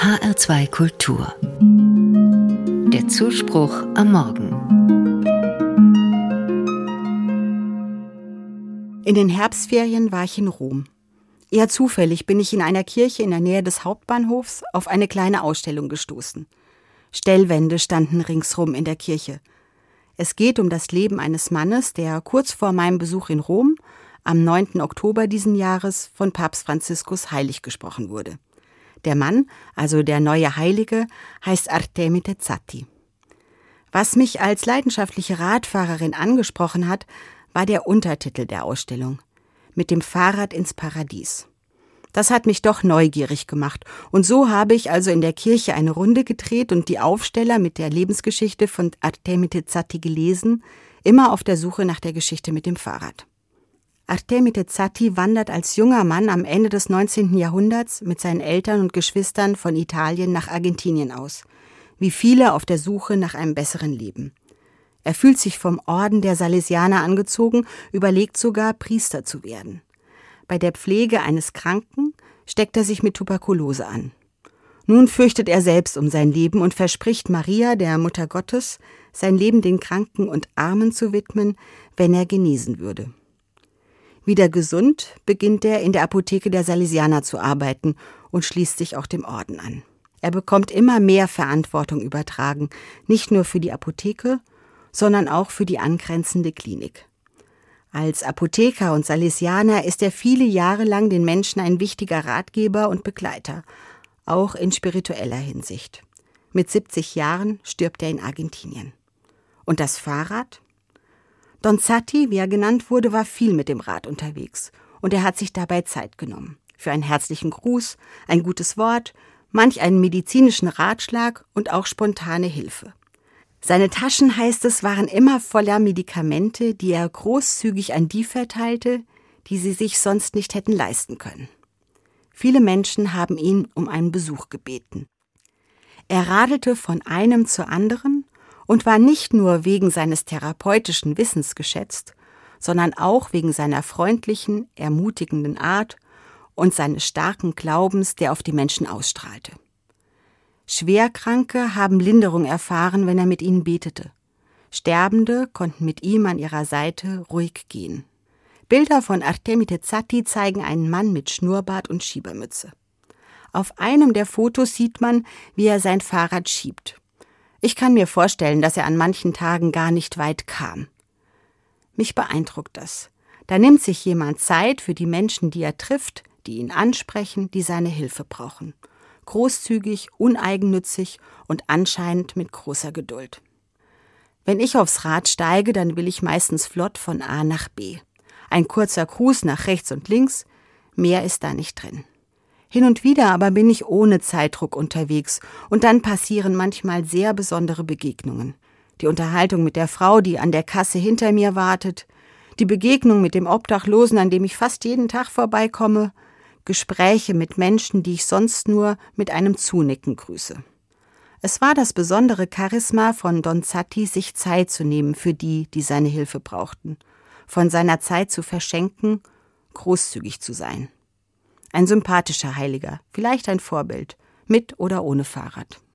HR2 Kultur. Der Zuspruch am Morgen. In den Herbstferien war ich in Rom. Eher zufällig bin ich in einer Kirche in der Nähe des Hauptbahnhofs auf eine kleine Ausstellung gestoßen. Stellwände standen ringsrum in der Kirche. Es geht um das Leben eines Mannes, der kurz vor meinem Besuch in Rom, am 9. Oktober diesen Jahres, von Papst Franziskus heilig gesprochen wurde. Der Mann, also der neue Heilige, heißt Artemide Zatti. Was mich als leidenschaftliche Radfahrerin angesprochen hat, war der Untertitel der Ausstellung: Mit dem Fahrrad ins Paradies. Das hat mich doch neugierig gemacht, und so habe ich also in der Kirche eine Runde gedreht und die Aufsteller mit der Lebensgeschichte von Artemide Zatti gelesen, immer auf der Suche nach der Geschichte mit dem Fahrrad. Artemide Zatti wandert als junger Mann am Ende des 19. Jahrhunderts mit seinen Eltern und Geschwistern von Italien nach Argentinien aus, wie viele auf der Suche nach einem besseren Leben. Er fühlt sich vom Orden der Salesianer angezogen, überlegt sogar, Priester zu werden. Bei der Pflege eines Kranken steckt er sich mit Tuberkulose an. Nun fürchtet er selbst um sein Leben und verspricht Maria, der Mutter Gottes, sein Leben den Kranken und Armen zu widmen, wenn er genesen würde. Wieder gesund beginnt er in der Apotheke der Salesianer zu arbeiten und schließt sich auch dem Orden an. Er bekommt immer mehr Verantwortung übertragen, nicht nur für die Apotheke, sondern auch für die angrenzende Klinik. Als Apotheker und Salesianer ist er viele Jahre lang den Menschen ein wichtiger Ratgeber und Begleiter, auch in spiritueller Hinsicht. Mit 70 Jahren stirbt er in Argentinien. Und das Fahrrad? Don Zatti, wie er genannt wurde, war viel mit dem Rad unterwegs, und er hat sich dabei Zeit genommen. Für einen herzlichen Gruß, ein gutes Wort, manch einen medizinischen Ratschlag und auch spontane Hilfe. Seine Taschen, heißt es, waren immer voller Medikamente, die er großzügig an die verteilte, die sie sich sonst nicht hätten leisten können. Viele Menschen haben ihn um einen Besuch gebeten. Er radelte von einem zur anderen und war nicht nur wegen seines therapeutischen Wissens geschätzt, sondern auch wegen seiner freundlichen, ermutigenden Art und seines starken Glaubens, der auf die Menschen ausstrahlte. Schwerkranke haben Linderung erfahren, wenn er mit ihnen betete. Sterbende konnten mit ihm an ihrer Seite ruhig gehen. Bilder von Artemide Zatti zeigen einen Mann mit Schnurrbart und Schiebermütze. Auf einem der Fotos sieht man, wie er sein Fahrrad schiebt. Ich kann mir vorstellen, dass er an manchen Tagen gar nicht weit kam. Mich beeindruckt das. Da nimmt sich jemand Zeit für die Menschen, die er trifft, die ihn ansprechen, die seine Hilfe brauchen. Großzügig, uneigennützig und anscheinend mit großer Geduld. Wenn ich aufs Rad steige, dann will ich meistens flott von A nach B. Ein kurzer Gruß nach rechts und links, mehr ist da nicht drin. Hin und wieder aber bin ich ohne Zeitdruck unterwegs und dann passieren manchmal sehr besondere Begegnungen. Die Unterhaltung mit der Frau, die an der Kasse hinter mir wartet, die Begegnung mit dem Obdachlosen, an dem ich fast jeden Tag vorbeikomme, Gespräche mit Menschen, die ich sonst nur mit einem Zunicken grüße. Es war das besondere Charisma von Don Zatti, sich Zeit zu nehmen für die, die seine Hilfe brauchten, von seiner Zeit zu verschenken, großzügig zu sein. Ein sympathischer Heiliger, vielleicht ein Vorbild, mit oder ohne Fahrrad.